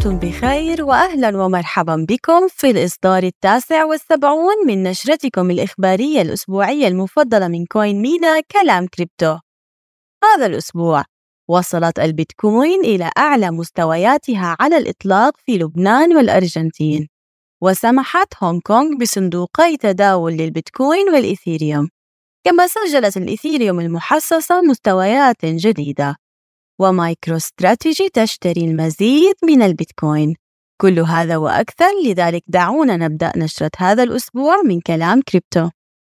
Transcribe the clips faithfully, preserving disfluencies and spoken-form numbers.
وأنتم بخير، وأهلاً ومرحباً بكم في الإصدار التاسع والسبعون من نشرتكم الإخبارية الأسبوعية المفضلة من كوين مينا كلام كريبتو. هذا الأسبوع وصلت البيتكوين إلى أعلى مستوياتها على الإطلاق في لبنان والأرجنتين، وسمحت هونغ كونغ بصندوقي تداول للبيتكوين والإيثيريوم، كما سجلت الإيثيريوم المحصصة مستويات جديدة، ومايكرو استراتيجي تشتري المزيد من البيتكوين. كل هذا وأكثر، لذلك دعونا نبدأ نشرة هذا الأسبوع من كلام كريبتو.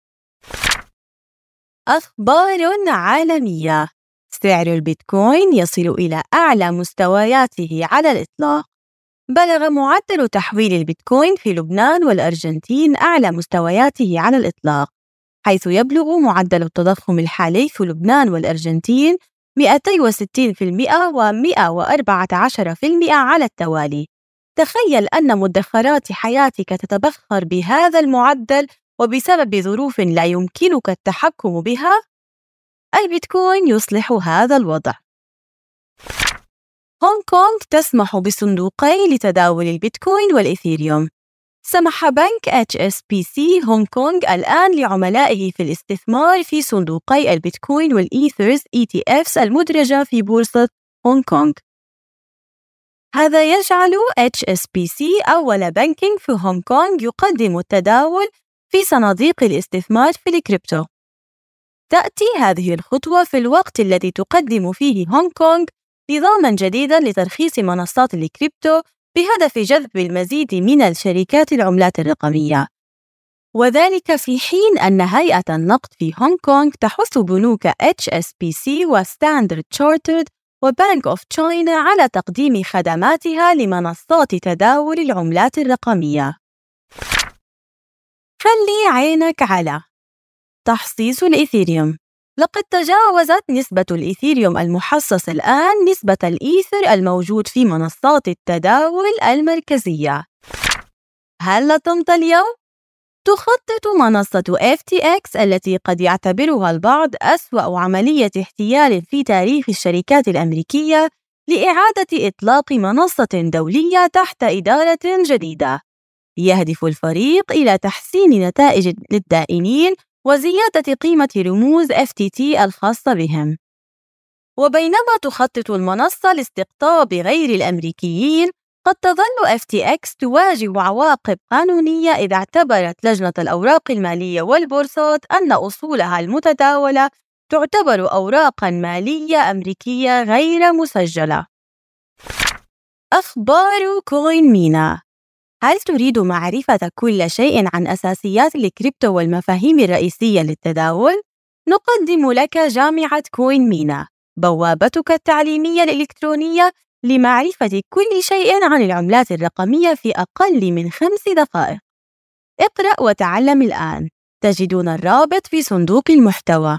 أخبار عالمية. سعر البيتكوين يصل إلى أعلى مستوياته على الإطلاق. بلغ معدل تحويل البيتكوين في لبنان والأرجنتين أعلى مستوياته على الإطلاق، حيث يبلغ معدل التضخم الحالي في لبنان والأرجنتين مئتين وستين بالمئة ومئة وأربعة عشر بالمئة على التوالي. تخيل أن مدخرات حياتك تتبخر بهذا المعدل وبسبب ظروف لا يمكنك التحكم بها. البيتكوين يصلح هذا الوضع. هونغ كونغ تسمح بصندوقي لتداول البيتكوين والإيثيريوم. سمح بنك إتش إس بي سي هونغ كونغ الآن لعملائه في الاستثمار في صندوقي البيتكوين والإيثرز إي تي إفز المدرجة في بورصة هونغ كونغ. هذا يجعل إتش إس بي سي أول بنك في هونغ كونغ يقدم التداول في صناديق الاستثمار في الكريبتو. تأتي هذه الخطوة في الوقت الذي تقدم فيه هونغ كونغ نظاماً جديداً لترخيص منصات الكريبتو بهدف جذب المزيد من الشركات العملات الرقمية، وذلك في حين أن هيئة النقد في هونغ كونغ تحث بنوك إتش إس بي سي وستاندرد تشارترد وبانك أوف تشاينا على تقديم خدماتها لمنصات تداول العملات الرقمية. خلي عينك على تحصيص الإيثيريوم. لقد تجاوزت نسبة الإيثيريوم المحصص الآن نسبة الإيثر الموجود في منصات التداول المركزية. هل لطمت اليوم؟ تخطط منصة إف تي إكس التي قد يعتبرها البعض أسوأ عملية احتيال في تاريخ الشركات الأمريكية لإعادة إطلاق منصة دولية تحت إدارة جديدة. يهدف الفريق إلى تحسين نتائج للدائنين وزيادة قيمة رموز إف تي تي الخاصة بهم. وبينما تخطط المنصة لاستقطاب غير الأمريكيين، قد تظل إف تي إكس تواجه عواقب قانونية إذا اعتبرت لجنة الأوراق المالية والبورصات أن أصولها المتداولة تعتبر أوراقاً مالية أمريكية غير مسجلة. أخبار كوين مينا. هل تريد معرفة كل شيء عن أساسيات الكريبتو والمفاهيم الرئيسية للتداول؟ نقدم لك جامعة كوين مينا، بوابتك التعليمية الإلكترونية لمعرفة كل شيء عن العملات الرقمية في أقل من خمس دقائق. اقرأ وتعلم الآن. تجدون الرابط في صندوق المحتوى.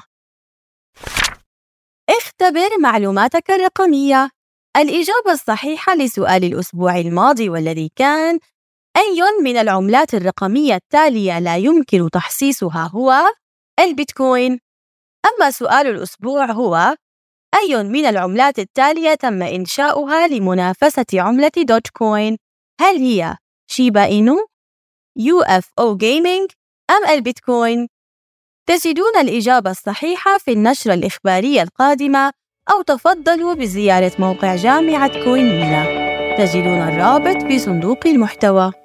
اختبر معلوماتك الرقمية. الإجابة الصحيحة لسؤال الأسبوع الماضي والذي كان: أي من العملات الرقمية التالية لا يمكن تحصيصها هو البيتكوين. أما سؤال الأسبوع هو: أي من العملات التالية تم إنشاؤها لمنافسة عملة دوج كوين؟ هل هي شيبا إينو، يو إف أو جيمينج، أم البيتكوين؟ تجدون الإجابة الصحيحة في النشرة الإخبارية القادمة، أو تفضلوا بزيارة موقع جامعة كوين مينا. تجدون الرابط في صندوق المحتوى.